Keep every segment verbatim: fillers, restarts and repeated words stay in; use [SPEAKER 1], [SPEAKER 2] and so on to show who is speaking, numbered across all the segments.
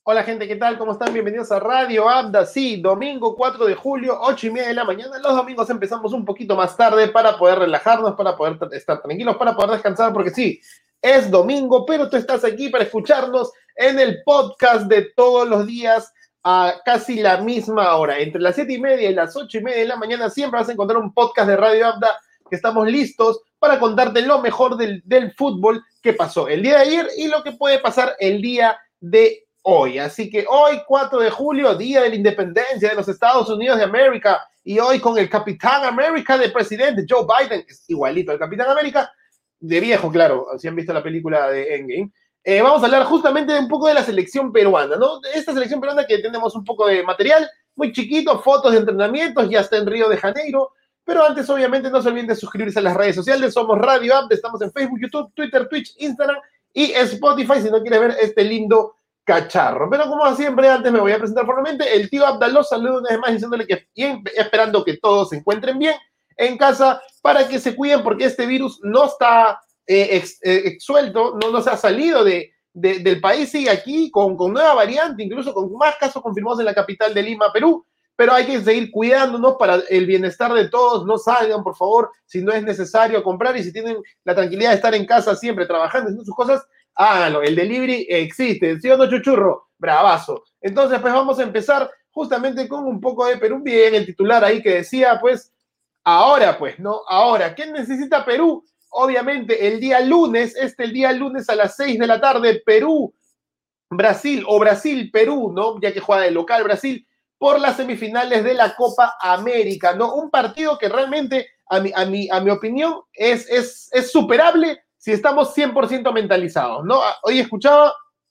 [SPEAKER 1] Hola gente, ¿qué tal? ¿Cómo están? Bienvenidos a Radio Abda. Sí, domingo cuatro de julio, ocho y media de la mañana. Los domingos empezamos un poquito más tarde para poder relajarnos, para poder estar tranquilos, para poder descansar, porque sí, es domingo, pero tú estás aquí para escucharnos en el podcast de todos los días a casi la misma hora. Entre las siete y media y las ocho y media de la mañana siempre vas a encontrar un podcast de Radio Abda que estamos listos para contarte lo mejor del, del fútbol que pasó el día de ayer y lo que puede pasar el día de hoy. Así que hoy, cuatro de julio, día de la independencia de los Estados Unidos de América, y hoy con el Capitán América de presidente Joe Biden, es igualito al Capitán América, de viejo, claro, si han visto la película de Endgame. Eh, vamos a hablar justamente de un poco de la selección peruana, ¿no? Esta selección peruana que tenemos un poco de material muy chiquito, fotos de entrenamientos, ya está en Río de Janeiro, pero antes obviamente no se olviden de suscribirse a las redes sociales. Somos Radio App, estamos en Facebook, YouTube, Twitter, Twitch, Instagram y Spotify si no quieres ver este lindo cacharro. Pero como siempre, antes me voy a presentar formalmente. El tío Abdal los saluda una vez más diciéndole que y esperando que todos se encuentren bien en casa para que se cuiden porque este virus no está eh, ex, eh, exsuelto, no, no se ha salido de, de, del país, sigue aquí con, con nueva variante, incluso con más casos confirmados en la capital de Lima, Perú. Pero hay que seguir cuidándonos para el bienestar de todos. No salgan, por favor, si no es necesario comprar, y si tienen la tranquilidad de estar en casa siempre trabajando, haciendo sus cosas, háganlo. El delivery existe, ¿sí o no, Chuchurro? Bravazo. Entonces, pues vamos a empezar justamente con un poco de Perú. Bien, el titular ahí que decía, pues, ahora, pues, ¿no? Ahora, ¿qué necesita Perú? Obviamente, el día lunes, este el día lunes a las seis de la tarde, Perú, Brasil o Brasil-Perú, ¿no? Ya que juega de local Brasil, por las semifinales de la Copa América, ¿no? Un partido que realmente, a mi, a mi, a mi opinión, es, es, es superable si estamos cien por ciento mentalizados, ¿no? Hoy escuchaba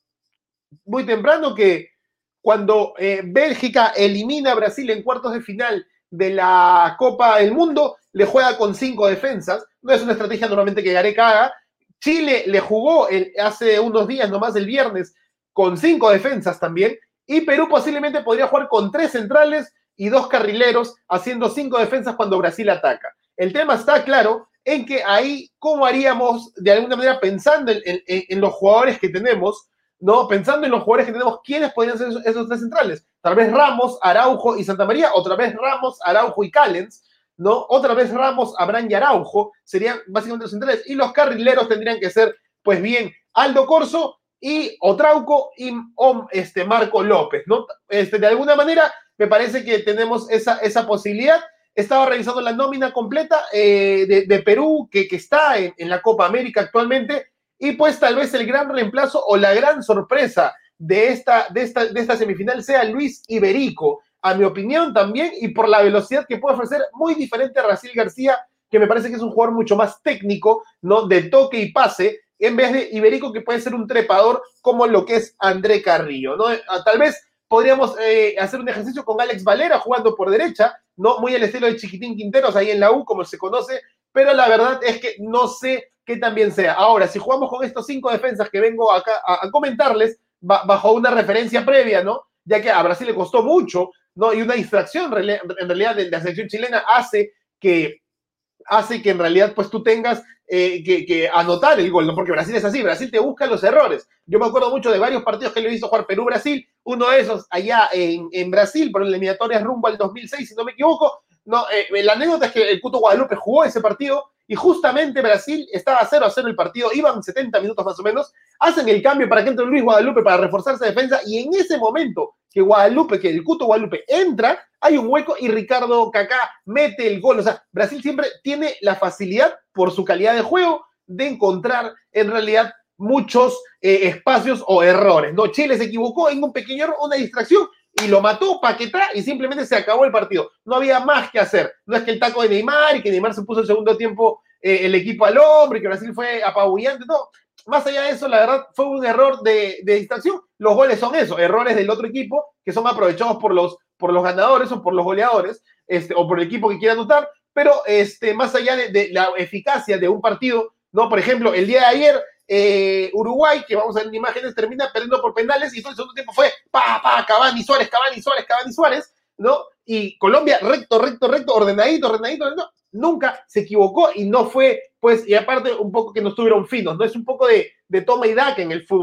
[SPEAKER 1] muy temprano que cuando eh, Bélgica elimina a Brasil en cuartos de final de la Copa del Mundo, le juega con cinco defensas. No es una estrategia normalmente que Gareca haga. Chile le jugó el, hace unos días, nomás el viernes, con cinco defensas también. Y Perú posiblemente podría jugar con tres centrales y dos carrileros, haciendo cinco defensas cuando Brasil ataca. El tema está claro en que ahí, ¿cómo haríamos, de alguna manera, pensando en, en, en los jugadores que tenemos, ¿no? Pensando en los jugadores que tenemos, ¿quiénes podrían ser esos, esos tres centrales? Tal vez Ramos, Araujo y Santa María, otra vez Ramos, Araujo y Callens, ¿no? Otra vez Ramos, Abraham y Araujo, serían básicamente los centrales, y los carrileros tendrían que ser, pues bien, Aldo Corso y Otrauco y um, este, Marco López, ¿no? Este, de alguna manera, me parece que tenemos esa, esa posibilidad. Estaba revisando la nómina completa eh, de, de Perú, que, que está en, en la Copa América actualmente, y pues tal vez el gran reemplazo o la gran sorpresa de esta, de esta, de esta semifinal sea Luis Iberico, a mi opinión también, y por la velocidad que puede ofrecer, muy diferente a Raciel García, que me parece que es un jugador mucho más técnico, ¿no? De toque y pase, en vez de Iberico, que puede ser un trepador como lo que es André Carrillo, ¿no? Tal vez podríamos eh, hacer un ejercicio con Alex Valera jugando por derecha, ¿no? Muy al estilo de Chiquitín Quinteros ahí en la U, como se conoce, pero la verdad es que no sé qué tan bien sea. Ahora, si jugamos con estos cinco defensas que vengo acá a, a comentarles, ba, bajo una referencia previa, ¿no? Ya que a Brasil le costó mucho, ¿no? Y una distracción en realidad de la selección chilena hace que, hace que en realidad pues tú tengas eh, que, que anotar el gol, ¿no? Porque Brasil es así, Brasil te busca los errores. Yo me acuerdo mucho de varios partidos que le hizo jugar Perú-Brasil, uno de esos allá en, en Brasil, por eliminatorias rumbo al dos mil seis, si no me equivoco. No, eh, la anécdota es que el Cuto Guadalupe jugó ese partido y justamente Brasil estaba cero a cero el partido, iban setenta minutos más o menos, hacen el cambio para que entre Luis Guadalupe para reforzarse defensa, y en ese momento que Guadalupe, que el Cuto Guadalupe entra, hay un hueco y Ricardo Kaká mete el gol. O sea, Brasil siempre tiene la facilidad, por su calidad de juego, de encontrar en realidad muchos eh, espacios o errores, ¿no? Chile se equivocó en un pequeño error, una distracción, y lo mató Paquetá y simplemente se acabó el partido. No había más que hacer. No es que el taco de Neymar y que Neymar se puso el segundo tiempo eh, el equipo al hombro y que Brasil fue apabullante, no. Más allá de eso, la verdad, fue un error de, de distracción. Los goles son eso, errores del otro equipo que son aprovechados por los, por los ganadores o por los goleadores, este, o por el equipo que quiera anotar, pero este, más allá de, de la eficacia de un partido, ¿no? Por ejemplo, el día de ayer, Eh, Uruguay, que vamos a ver en imágenes, termina perdiendo por penales y todo el segundo tiempo fue pa, pa, Cavani, Suárez, Cavani, Suárez, Cavani, Suárez, ¿no? Y Colombia recto, recto, recto, ordenadito, ordenadito, ordenadito, nunca se equivocó y no fue, pues, y aparte un poco que no estuvieron finos, ¿no? Es un poco de, de toma y daca en el fútbol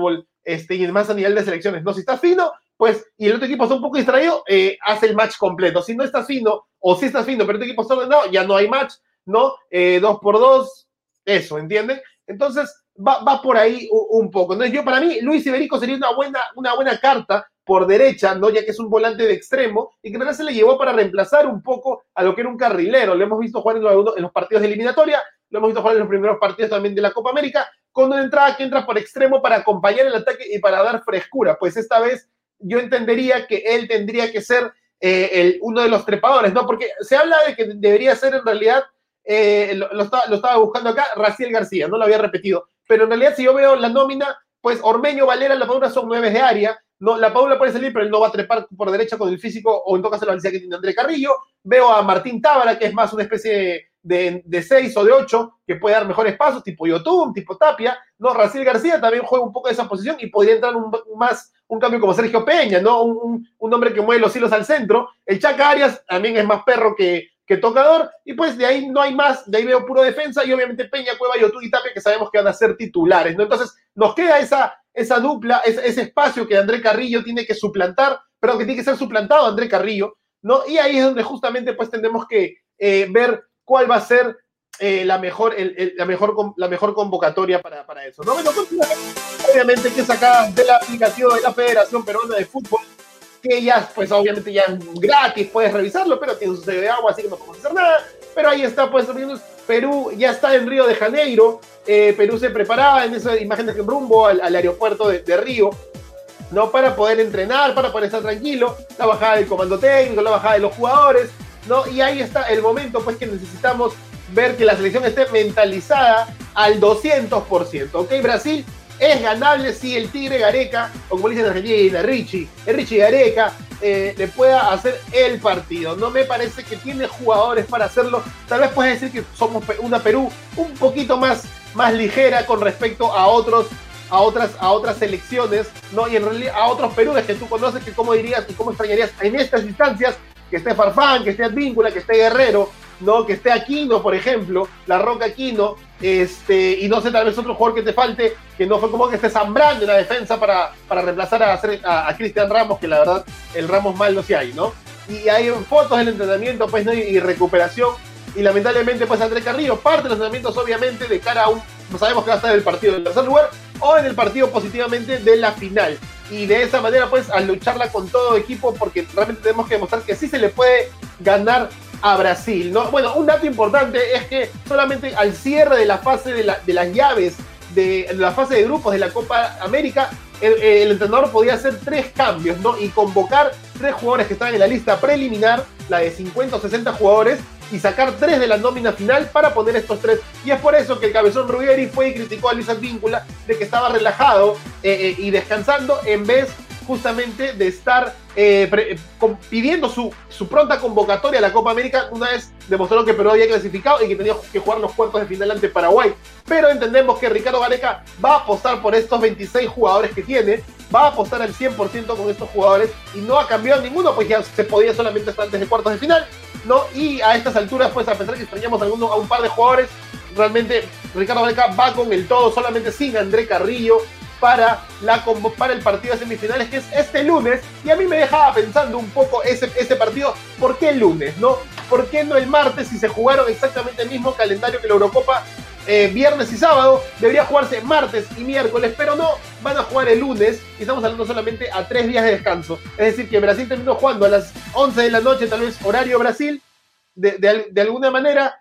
[SPEAKER 1] este, y más a nivel de selecciones, ¿no? Si estás fino, pues, y el otro equipo está un poco distraído, eh, hace el match completo. Si no estás fino, o si estás fino, pero el otro equipo está ordenado, ya no hay match, ¿no? Eh, dos por dos, eso, ¿entienden? Entonces, va, va por ahí un, un poco. Entonces, yo, para mí, Luis Iberico sería una buena, una buena carta por derecha, ¿no? Ya que es un volante de extremo, y que en realidad se le llevó para reemplazar un poco a lo que era un carrilero. Lo hemos visto jugar en los, en los partidos de eliminatoria, lo hemos visto jugar en los primeros partidos también de la Copa América, con una entrada que entra por extremo para acompañar el ataque y para dar frescura. Pues esta vez yo entendería que él tendría que ser eh, el, uno de los trepadores, ¿no? Porque se habla de que debería ser en realidad, eh, lo, lo, estaba, lo estaba buscando acá, Raciel García, no lo había repetido, pero en realidad si yo veo la nómina, pues Ormeño, Valera, La Padula son nueve de área, no, La Padula puede salir, pero él no va a trepar por derecha con el físico, o en todo caso la velocidad que tiene André Carrillo. Veo a Martín Tábara, que es más una especie de, de seis o de ocho, que puede dar mejores pasos, tipo Yotun, tipo Tapia, ¿no? Raciel García también juega un poco de esa posición y podría entrar un, más un cambio como Sergio Peña, ¿no? Un, un, un hombre que mueve los hilos al centro. El Chaca Arias también es más perro que, que tocador, y pues de ahí no hay más, de ahí veo puro defensa, y obviamente Peña, Cueva, Yotun y Tapia, que sabemos que van a ser titulares, ¿no? Entonces nos queda esa, esa dupla, ese, ese espacio que André Carrillo tiene que suplantar, perdón, que tiene que ser suplantado André Carrillo, ¿no? Y ahí es donde justamente pues tenemos que eh, ver cuál va a ser eh, la, mejor, el, el, la, mejor, la mejor convocatoria para, para eso, ¿no? Bueno, obviamente que sacada de la aplicación de la Federación Peruana de Fútbol, que ya, pues obviamente ya es gratis, puedes revisarlo, pero tiene un sello de agua, así que no podemos hacer nada, pero ahí está, pues, Perú ya está en Río de Janeiro, eh, Perú se preparaba en esas imágenes que rumbo al, al aeropuerto de, de Río, ¿no? Para poder entrenar, para poder estar tranquilo, la bajada del comando técnico, la bajada de los jugadores, ¿no? Y ahí está el momento, pues, que necesitamos ver que la selección esté mentalizada al doscientos por ciento, ¿ok? Brasil es ganable si el Tigre Gareca, o como dicen en Argentina, Richie, el Richie Gareca, eh, le pueda hacer el partido. No me parece que tiene jugadores para hacerlo. Tal vez puedes decir que somos una Perú un poquito más, más ligera con respecto a otros a otras, a otras selecciones, ¿no? Y en realidad a otros Perúes que tú conoces, que cómo dirías y cómo extrañarías en estas instancias, que esté Farfán, que esté Advíncula, que esté Guerrero, ¿no? Que esté Aquino, por ejemplo, La Roca Aquino, este, y no sé, tal vez otro jugador que te falte, que no fue como que esté Zambrano en la defensa para, para reemplazar a, a, a Cristian Ramos, que la verdad, el Ramos mal no se hay, ¿no? Y hay fotos del entrenamiento, pues, ¿no? Y, y recuperación, y lamentablemente, pues, André Carrillo, parte de los entrenamientos, obviamente, de cara a un, no sabemos que va a estar en el partido del tercer lugar, o en el partido positivamente de la final. Y de esa manera, pues, a lucharla con todo equipo, porque realmente tenemos que demostrar que sí se le puede ganar a Brasil, ¿no? Bueno, un dato importante es que solamente al cierre de la fase de, la, de las llaves, de, de la fase de grupos de la Copa América, el, el entrenador podía hacer tres cambios, ¿no? Y convocar tres jugadores que estaban en la lista preliminar, la de cincuenta o sesenta jugadores, y sacar tres de la nómina final para poner estos tres. Y es por eso que el Cabezón Ruggeri fue y criticó a Luis Advíncula de que estaba relajado eh, eh, y descansando, en vez justamente de estar eh, pre, con, pidiendo su, su pronta convocatoria a la Copa América. Una vez demostró que Perú había clasificado y que tenía que jugar los cuartos de final ante Paraguay. Pero entendemos que Ricardo Gareca va a apostar por estos veintiséis jugadores que tiene, va a apostar al cien por ciento con estos jugadores y no ha cambiado ninguno, pues ya se podía solamente estar antes de cuartos de final, ¿no? Y a estas alturas, pues a pesar que extrañamos a, alguno, a un par de jugadores, realmente Ricardo Gareca va con el todo, solamente sin André Carrillo, para, la, para el partido de semifinales, que es este lunes. Y a mí me dejaba pensando un poco ese, ese partido, ¿por qué el lunes, no? ¿Por qué no el martes, si se jugaron exactamente el mismo calendario que la Eurocopa, eh, viernes y sábado? Debería jugarse martes y miércoles, pero no, van a jugar el lunes, y estamos hablando solamente a tres días de descanso. Es decir, que Brasil terminó jugando a las once de la noche, tal vez horario Brasil, de, de, de alguna manera,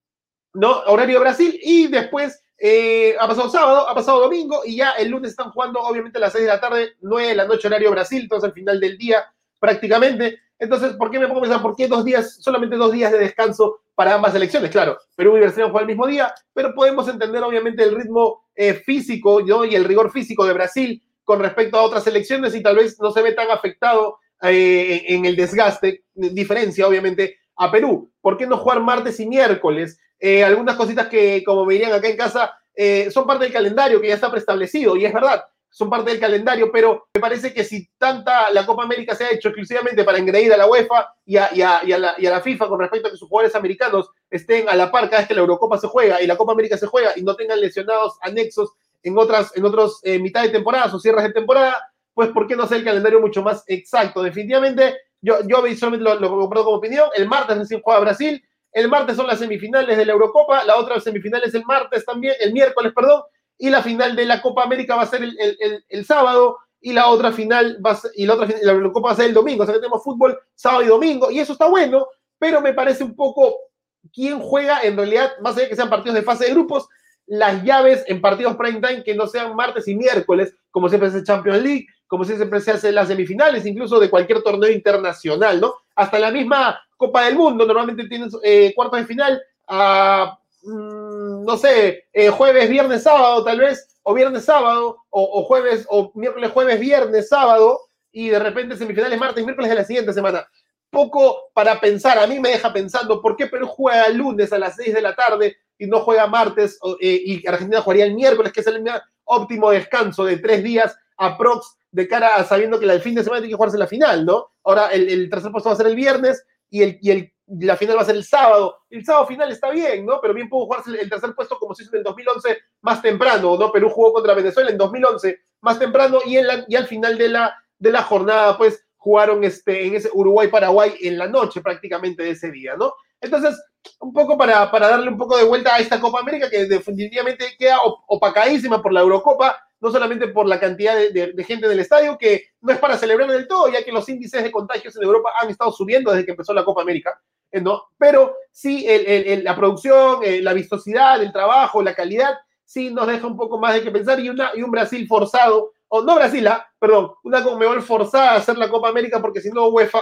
[SPEAKER 1] ¿no? Horario Brasil, y después Eh, ha pasado sábado, ha pasado domingo, y ya el lunes están jugando, obviamente, a las seis de la tarde, nueve de la noche horario Brasil, entonces al final del día prácticamente. Entonces, ¿por qué me pongo a pensar? ¿Por qué dos días, solamente dos días de descanso para ambas selecciones? Claro, Perú y Brasil juegan el mismo día, pero podemos entender obviamente el ritmo eh, físico, ¿no? Y el rigor físico de Brasil con respecto a otras selecciones, y tal vez no se ve tan afectado eh, en el desgaste, diferencia obviamente a Perú. ¿Por qué no jugar martes y miércoles? Eh, algunas cositas que, como me dirían acá en casa, eh, son parte del calendario que ya está preestablecido, y es verdad, son parte del calendario, pero me parece que si tanta la Copa América se ha hecho exclusivamente para engreír a la UEFA y a, y, a, y, a la, y a la FIFA con respecto a que sus jugadores americanos estén a la par cada vez que la Eurocopa se juega y la Copa América se juega y no tengan lesionados anexos en otras, en otros eh, mitad de temporada o cierres de temporada, pues ¿por qué no hacer el calendario mucho más exacto? Definitivamente, yo, yo solamente lo, lo comparto como opinión. El martes recién juega Brasil, el martes son las semifinales de la Eurocopa, la otra semifinal es el martes también, el miércoles, perdón, y la final de la Copa América va a ser el, el, el, el sábado, y la otra final va a ser, y la otra la Eurocopa va a ser el domingo, o sea que tenemos fútbol sábado y domingo, y eso está bueno, pero me parece un poco quién juega en realidad, más allá de que sean partidos de fase de grupos, las llaves en partidos prime time que no sean martes y miércoles, como siempre se hace Champions League, como siempre se hace las semifinales, incluso de cualquier torneo internacional, ¿no? Hasta la misma Copa del Mundo, normalmente tienen eh, cuartos de final a, mmm, no sé, eh, jueves, viernes, sábado, tal vez, o viernes, sábado, o, o jueves, o miércoles, jueves, viernes, sábado, y de repente semifinales martes, miércoles de la siguiente semana. Poco para pensar, a mí me deja pensando, ¿por qué Perú juega el lunes a las seis de la tarde y no juega martes, eh, y Argentina jugaría el miércoles, que es el óptimo descanso de tres días aprox, de cara a sabiendo que el fin de semana tiene que jugarse la final, ¿no? Ahora el, el tercer puesto va a ser el viernes y, el, y el, la final va a ser el sábado. El sábado final está bien, ¿no? Pero bien pudo jugarse el, el tercer puesto como se hizo en el dos mil once más temprano, ¿no? Perú jugó contra Venezuela en dos mil once más temprano y, en la, y al final de la, de la jornada, pues, jugaron este, en ese Uruguay-Paraguay en la noche prácticamente de ese día, ¿no? Entonces, un poco para, para darle un poco de vuelta a esta Copa América que definitivamente queda opacadísima por la Eurocopa, no solamente por la cantidad de, de, de gente del estadio, que no es para celebrar del todo, ya que los índices de contagios en Europa han estado subiendo desde que empezó la Copa América, ¿no? Pero sí, el, el, el, la producción, eh, la vistosidad, el trabajo, la calidad, sí nos deja un poco más de qué pensar, y, una, y un Brasil forzado, o no Brasil, ¿ah? perdón, una Conmebol forzada a hacer la Copa América, porque si no UEFA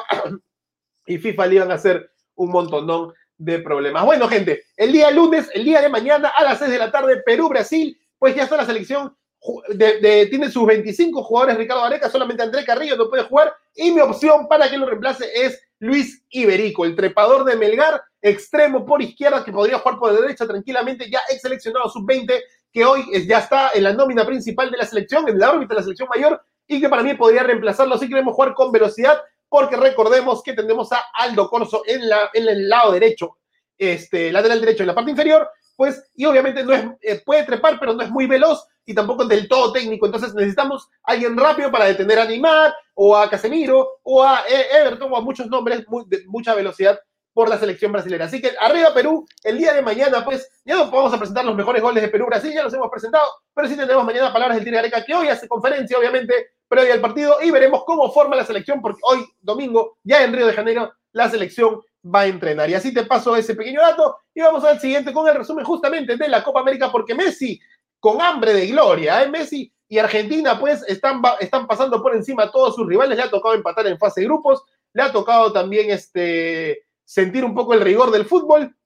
[SPEAKER 1] y FIFA le iban a hacer un montonón de problemas. Bueno, gente, el día lunes, el día de mañana, a las seis de la tarde, Perú-Brasil, pues ya está la selección, de, de, tiene sus veinticinco jugadores Ricardo Gareca, solamente André Carrillo no puede jugar, y mi opción para que lo reemplace es Luis Iberico, el trepador de Melgar, extremo por izquierda, que podría jugar por derecha tranquilamente, ya ex seleccionado sub veinte, que hoy ya está en la nómina principal de la selección, en la órbita de la selección mayor, y que para mí podría reemplazarlo si queremos jugar con velocidad, porque recordemos que tenemos a Aldo Corso en, la, en el lado derecho, este, lateral derecho en la parte inferior, pues, y obviamente no es, eh, puede trepar, pero no es muy veloz, y tampoco del todo técnico, entonces necesitamos a alguien rápido para detener a Neymar, o a Casemiro, o a Everton, o a muchos nombres muy, de mucha velocidad por la selección brasileña. Así que arriba Perú, el día de mañana, pues, ya no vamos a presentar los mejores goles de Perú-Brasil, ya los hemos presentado, pero sí tendremos mañana palabras del Tigre Gareca, que hoy hace conferencia, obviamente, previa al partido, y veremos cómo forma la selección, porque hoy, domingo, ya en Río de Janeiro, la selección va a entrenar. Y así te paso ese pequeño dato, y vamos al siguiente con el resumen justamente de la Copa América, porque Messi, con hambre de gloria, ¿eh? Messi y Argentina, pues, están, están pasando por encima a todos sus rivales, le ha tocado empatar en fase de grupos, le ha tocado también este, sentir un poco el rigor del fútbol,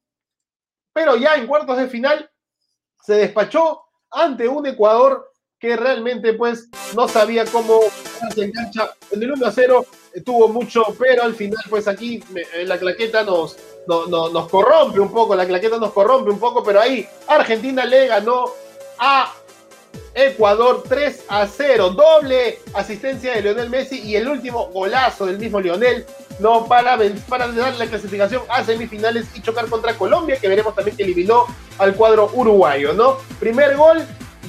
[SPEAKER 1] pero ya en cuartos de final se despachó ante un Ecuador que realmente, pues, no sabía cómo se engancha. En el uno a cero tuvo mucho, pero al final, pues, aquí la claqueta nos, no, no, nos corrompe un poco, la claqueta nos corrompe un poco, pero ahí Argentina le ganó a Ecuador tres a cero, doble asistencia de Lionel Messi y el último golazo del mismo Lionel, no, para, para dar la clasificación a semifinales y chocar contra Colombia, que veremos también que eliminó al cuadro uruguayo, ¿no? Primer gol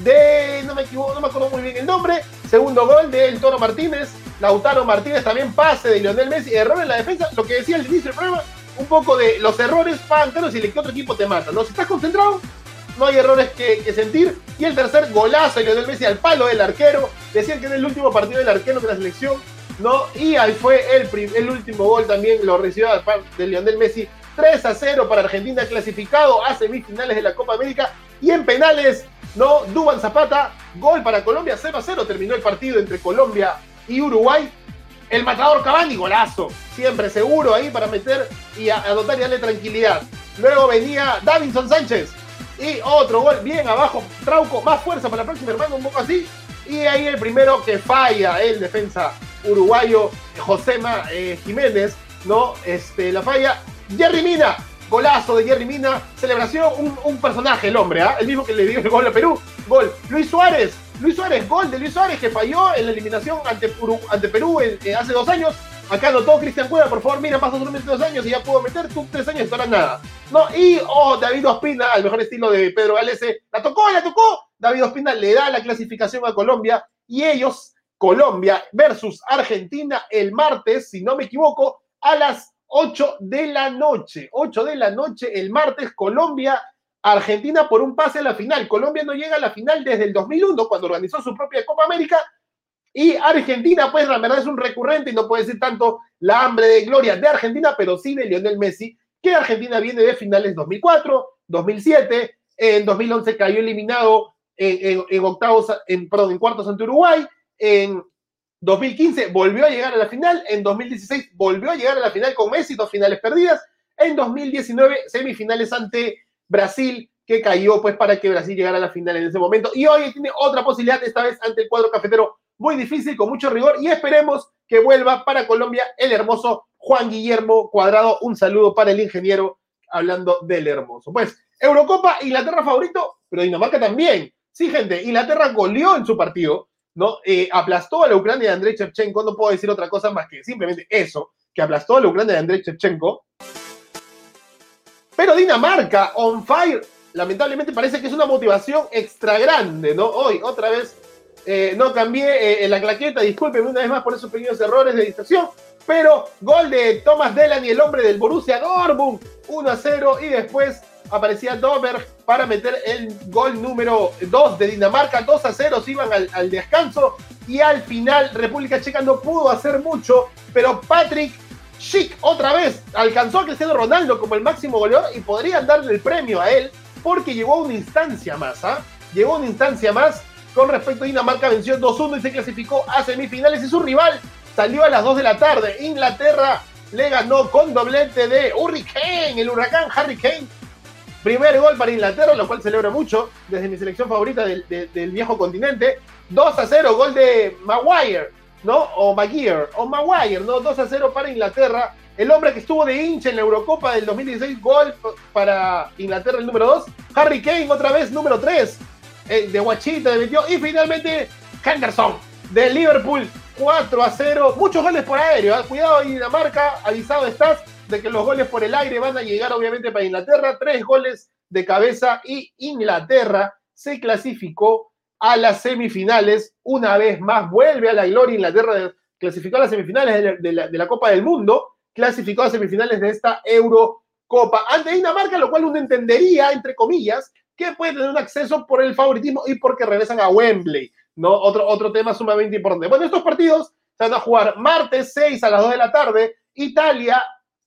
[SPEAKER 1] de, no me equivoco, no me acuerdo muy bien el nombre, segundo gol de El Toro Martínez, Lautaro Martínez, también pase de Lionel Messi, error en la defensa, lo que decía al inicio del programa, un poco de los errores pagan caros y el que otro equipo te mata, ¿no? Si estás concentrado, no hay errores que, que sentir. Y el tercer golazo de Lionel Messi al palo del arquero. Decían que era el último partido del arquero de la selección, ¿no? Y ahí fue el, el último gol también, lo recibió de Lionel Messi. tres a cero para Argentina, clasificado a semifinales de la Copa América. Y en penales, ¿no? Duván Zapata, gol para Colombia, cero a cero. Terminó el partido entre Colombia y Uruguay. El matador Cavani, golazo. Siempre seguro ahí para meter y anotar y darle tranquilidad. Luego venía Davinson Sánchez. Y otro gol, bien abajo, Trauco, más fuerza para la próxima, hermano, un poco así. Y ahí el primero que falla, el defensa uruguayo, Josema eh, Jiménez, ¿no? Este, la falla. Jerry Mina, golazo de Jerry Mina, celebración, un, un personaje el hombre, ¿ah? ¿eh? El mismo que le dio el gol a Perú, gol. Luis Suárez, Luis Suárez, gol de Luis Suárez, que falló en la eliminación ante, Uru, ante Perú eh, eh, hace dos años. Acá anotó Cristian Cueva, por favor, mira, pasó solamente dos años y ya pudo meter, tú tres años y no harás nada. No, y, oh, David Ospina, al mejor estilo de Pedro Galese, la tocó, la tocó, David Ospina le da la clasificación a Colombia y ellos, Colombia versus Argentina, el martes, si no me equivoco, a las ocho de la noche. ocho de la noche el martes, Colombia, Argentina por un pase a la final. Colombia no llega a la final desde el dos mil uno, cuando organizó su propia Copa América, y Argentina, pues la verdad es un recurrente y no puede decir tanto la hambre de gloria de Argentina, pero sí de Lionel Messi, que Argentina viene de finales dos mil cuatro, dos mil siete, en dos mil once cayó eliminado en, en, en octavos, en, perdón, en cuartos ante Uruguay, en dos mil quince volvió a llegar a la final, en dos mil dieciséis volvió a llegar a la final con Messi, dos finales perdidas, en dos mil diecinueve semifinales ante Brasil, que cayó pues para que Brasil llegara a la final en ese momento, y hoy tiene otra posibilidad, esta vez ante el cuadro cafetero, muy difícil, con mucho rigor, y esperemos que vuelva para Colombia el hermoso Juan Guillermo Cuadrado. Un saludo para el ingeniero, hablando del hermoso. Pues, Eurocopa, Inglaterra favorito, pero Dinamarca también. Sí, gente, Inglaterra goleó en su partido, ¿no? Eh, aplastó a la Ucrania de Andrei Shevchenko, no puedo decir otra cosa más que simplemente eso, que aplastó a la Ucrania de Andrei Shevchenko. Pero Dinamarca, on fire, lamentablemente parece que es una motivación extra grande, ¿no? Hoy, otra vez, Eh, no cambié eh, la claqueta, discúlpenme una vez más por esos pequeños errores de distracción, pero gol de Thomas Delaney, el hombre del Borussia Dortmund, uno a cero, y después aparecía Doberg para meter el gol número dos de Dinamarca, dos a cero, se iban al, al descanso, y al final República Checa no pudo hacer mucho, pero Patrick Schick otra vez alcanzó a Cristiano Ronaldo como el máximo goleador y podrían darle el premio a él, porque llegó a una instancia más, ¿ah? ¿eh? Llegó a una instancia más. Con respecto a Dinamarca, venció dos uno y se clasificó a semifinales, y su rival salió a las dos de la tarde. Inglaterra le ganó con doblete de Hurricane, el huracán Harry Kane. Primer gol para Inglaterra, lo cual celebro mucho, desde mi selección favorita del, del, del viejo continente. dos a cero, gol de Maguire, ¿no? O Maguire, o Maguire, ¿no? dos a cero para Inglaterra. El hombre que estuvo de hincha en la Eurocopa del dos mil dieciséis, gol para Inglaterra, el número dos. Harry Kane, otra vez, número tres. De Guachita, de metió, y finalmente Henderson de Liverpool, cuatro a cero, muchos goles por aéreo, ¿eh? Cuidado Dinamarca, avisado estás de que los goles por el aire van a llegar obviamente para Inglaterra, tres goles de cabeza, y Inglaterra se clasificó a las semifinales, una vez más vuelve a la gloria. Inglaterra clasificó a las semifinales de la, de la, de la Copa del Mundo, clasificó a las semifinales de esta Eurocopa ante Dinamarca, lo cual uno entendería, entre comillas, que puede tener un acceso por el favoritismo y porque regresan a Wembley, ¿no? Otro, otro tema sumamente importante. Bueno, estos partidos se van a jugar martes seis a las dos de la tarde, Italia,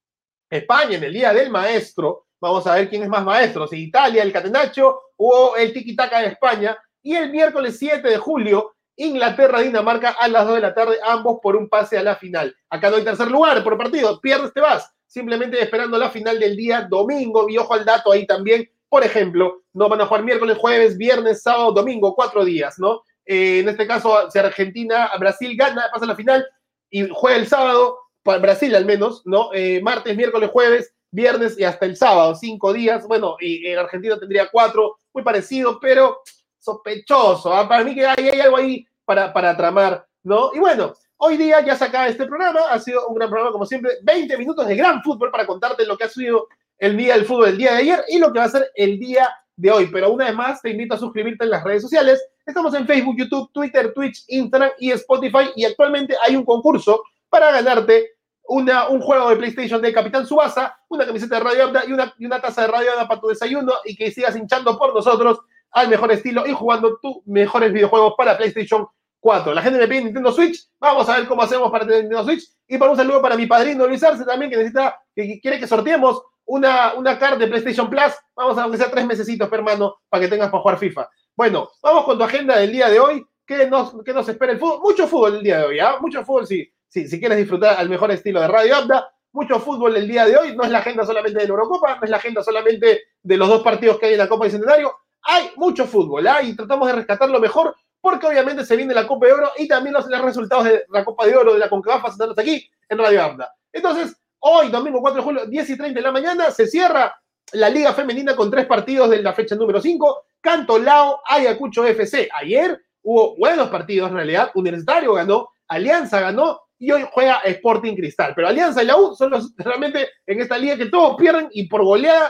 [SPEAKER 1] España en el Día del Maestro. Vamos a ver quién es más maestro, si Italia, el catenaccio, o el tiki-taka de España. Y el miércoles siete de julio, Inglaterra, Dinamarca a las dos de la tarde, ambos por un pase a la final. Acá no hay tercer lugar por partido, pierdes, te vas. Simplemente esperando la final del día domingo, y ojo al dato ahí también. Por ejemplo, no van a jugar miércoles, jueves, viernes, sábado, domingo, cuatro días, ¿no? Eh, en este caso, si Argentina, Brasil gana, pasa a la final y juega el sábado, para Brasil al menos, ¿no? Eh, martes, miércoles, jueves, viernes y hasta el sábado, cinco días. Bueno, y en Argentina tendría cuatro, muy parecido, pero sospechoso. ¿eh? Para mí que hay, hay algo ahí para, para tramar, ¿no? Y bueno, hoy día ya se acaba este programa, ha sido un gran programa como siempre, veinte minutos de gran fútbol para contarte lo que ha sido el día del fútbol del día de ayer y lo que va a ser el día de hoy. Pero una vez más, te invito a suscribirte en las redes sociales. Estamos en Facebook, YouTube, Twitter, Twitch, Instagram y Spotify. Y actualmente hay un concurso para ganarte una, un juego de PlayStation de Capitán Tsubasa, una camiseta de Radio Abda y una, y una taza de Radio Abda para tu desayuno, y que sigas hinchando por nosotros al mejor estilo y jugando tus mejores videojuegos para PlayStation cuatro. La gente me pide Nintendo Switch. Vamos a ver cómo hacemos para tener Nintendo Switch. Y para un saludo para mi padrino Luis Arce también, que necesita, que quiere que sorteemos Una, una card de PlayStation Plus. Vamos a aunque sea tres mesecitos, hermano, para que tengas para jugar FIFA. Bueno, vamos con tu agenda del día de hoy. ¿Qué nos, qué nos espera el fútbol? Mucho fútbol el día de hoy, ¿ah? ¿eh? Mucho fútbol, sí, sí, si quieres disfrutar al mejor estilo de Radio Abda. Mucho fútbol el día de hoy. No es la agenda solamente de la Eurocopa, no es la agenda solamente de los dos partidos que hay en la Copa Bicentenario. Hay mucho fútbol, ¿ah? ¿eh? Y tratamos de rescatar lo mejor, porque obviamente se viene la Copa de Oro y también los, los resultados de la Copa de Oro de la CONCACAF presentándonos aquí en Radio Abda. Entonces, hoy, domingo cuatro de julio, diez y treinta de la mañana, se cierra la Liga Femenina con tres partidos de la fecha número cinco. Cantolao, Ayacucho F C. Ayer hubo buenos partidos, en realidad. Universitario ganó, Alianza ganó, y hoy juega Sporting Cristal. Pero Alianza y la U son los realmente en esta liga que todos pierden y por goleada,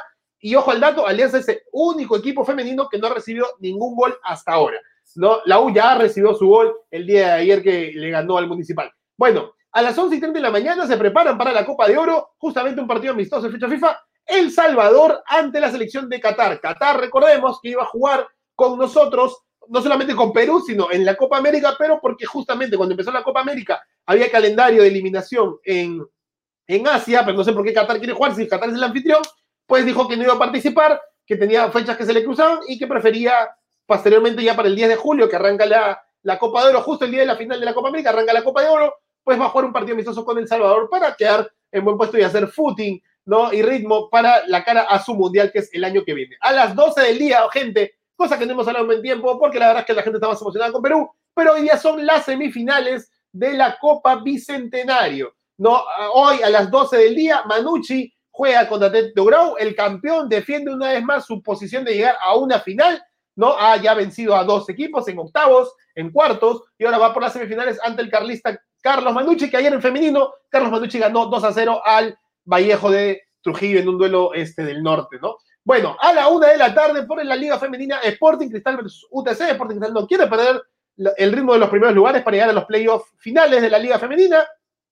[SPEAKER 1] y ojo al dato, Alianza es el único equipo femenino que no recibió ningún gol hasta ahora, ¿no? La U ya recibió su gol el día de ayer que le ganó al Municipal. Bueno, a las once y treinta de la mañana se preparan para la Copa de Oro, justamente un partido amistoso de fecha FIFA, El Salvador ante la selección de Qatar. Qatar, recordemos que iba a jugar con nosotros, no solamente con Perú, sino en la Copa América, pero porque justamente cuando empezó la Copa América había calendario de eliminación en, en Asia, pero no sé por qué Qatar quiere jugar, si Qatar es el anfitrión, pues dijo que no iba a participar, que tenía fechas que se le cruzaban y que prefería posteriormente ya para el diez de julio, que arranca la, la Copa de Oro, justo el día de la final de la Copa América, arranca la Copa de Oro, pues va a jugar un partido amistoso con El Salvador para quedar en buen puesto y hacer footing, ¿no? Y ritmo para la cara a su mundial, que es el año que viene. A las doce del día, gente, cosa que no hemos hablado en buen tiempo, porque la verdad es que la gente está más emocionada con Perú, pero hoy día son las semifinales de la Copa Bicentenario, ¿no? Hoy a las doce del día, Manucci juega contra Atlético Grau, el campeón defiende una vez más su posición de llegar a una final, ¿no? Ha ya vencido a dos equipos en octavos, en cuartos, y ahora va por las semifinales ante el carlista Carlos Manucci, que ayer en femenino, Carlos Manucci ganó dos a cero al Vallejo de Trujillo en un duelo este del norte, ¿no? Bueno, a la una de la tarde por la Liga Femenina, Sporting Cristal versus U T C. Sporting Cristal no quiere perder el ritmo de los primeros lugares para llegar a los playoffs finales de la Liga Femenina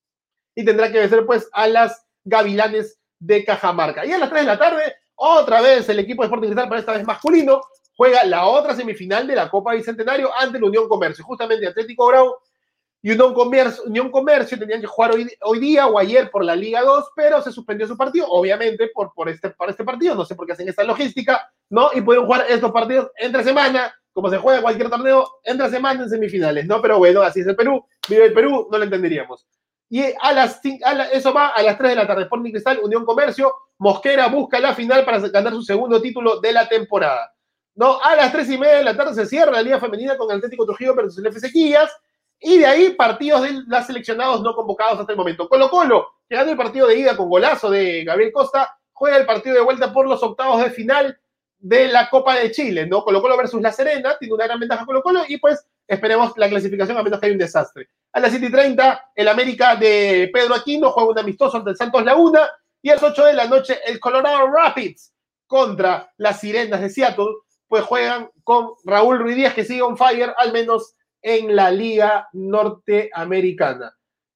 [SPEAKER 1] y tendrá que vencer pues a las Gavilanes de Cajamarca. Y a las tres de la tarde, otra vez el equipo de Sporting Cristal, pero esta vez masculino, juega la otra semifinal de la Copa Bicentenario ante la Unión Comercio. Justamente Atlético Grau y Unión Comercio, Unión Comercio tenían que jugar hoy, hoy día o ayer por la Liga dos, pero se suspendió su partido, obviamente por, por, este, por este partido, no sé por qué hacen esta logística, ¿no? Y pueden jugar estos partidos entre semana, como se juega cualquier torneo, entre semana en semifinales, ¿no? Pero bueno, así es el Perú, vive el Perú, no lo entenderíamos. Y a las, a la, eso va a las tres de la tarde, Sporting Cristal, Unión Comercio, Mosquera busca la final para ganar su segundo título de la temporada, ¿no? A las tres y media de la tarde se cierra la Liga Femenina con Atlético Trujillo versus el F C Quillas. Y de ahí partidos de los seleccionados no convocados hasta el momento. Colo Colo, que gana el partido de ida con golazo de Gabriel Costa, juega el partido de vuelta por los octavos de final de la Copa de Chile, ¿no? Colo Colo versus La Serena, tiene una gran ventaja Colo Colo y pues esperemos la clasificación a menos que haya un desastre. A las siete y treinta, el América de Pedro Aquino juega un amistoso ante el Santos Laguna y a las ocho de la noche el Colorado Rapids contra las Sirenas de Seattle, pues juegan con Raúl Ruiz Díaz, que sigue on fire, al menos en la Liga Norteamericana.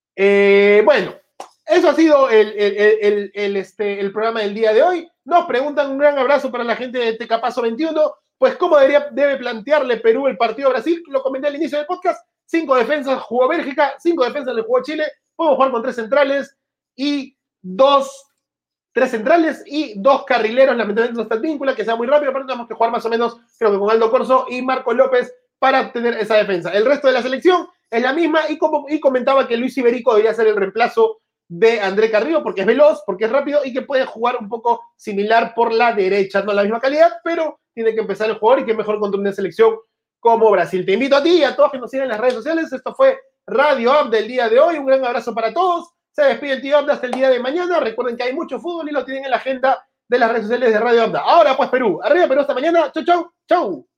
[SPEAKER 1] Eh, bueno, eso ha sido el, el, el, el, este, el programa del día de hoy. Nos preguntan, un gran abrazo para la gente de Tecapaso veintiuno, pues cómo debería, debe plantearle Perú el partido a Brasil. Lo comenté al inicio del podcast, cinco defensas jugó Bélgica, cinco defensas le jugó Chile, podemos jugar con tres centrales y dos, tres centrales y dos carrileros, lamentablemente no está víncula, que sea muy rápido, pero tenemos que jugar más o menos, creo que con Aldo Corso y Marco López, para tener esa defensa. El resto de la selección es la misma y, como, y comentaba que Luis Iberico debería ser el reemplazo de André Carrillo porque es veloz, porque es rápido y que puede jugar un poco similar por la derecha, no la misma calidad, pero tiene que empezar el jugador y que mejor contra una selección como Brasil. Te invito a ti y a todos que nos sigan en las redes sociales. Esto fue Radio Up del día de hoy. Un gran abrazo para todos. Se despide el tío Abda hasta el día de mañana. Recuerden que hay mucho fútbol y lo tienen en la agenda de las redes sociales de Radio Abda. Ahora pues Perú. Arriba Perú hasta mañana. Chau, chau, chau.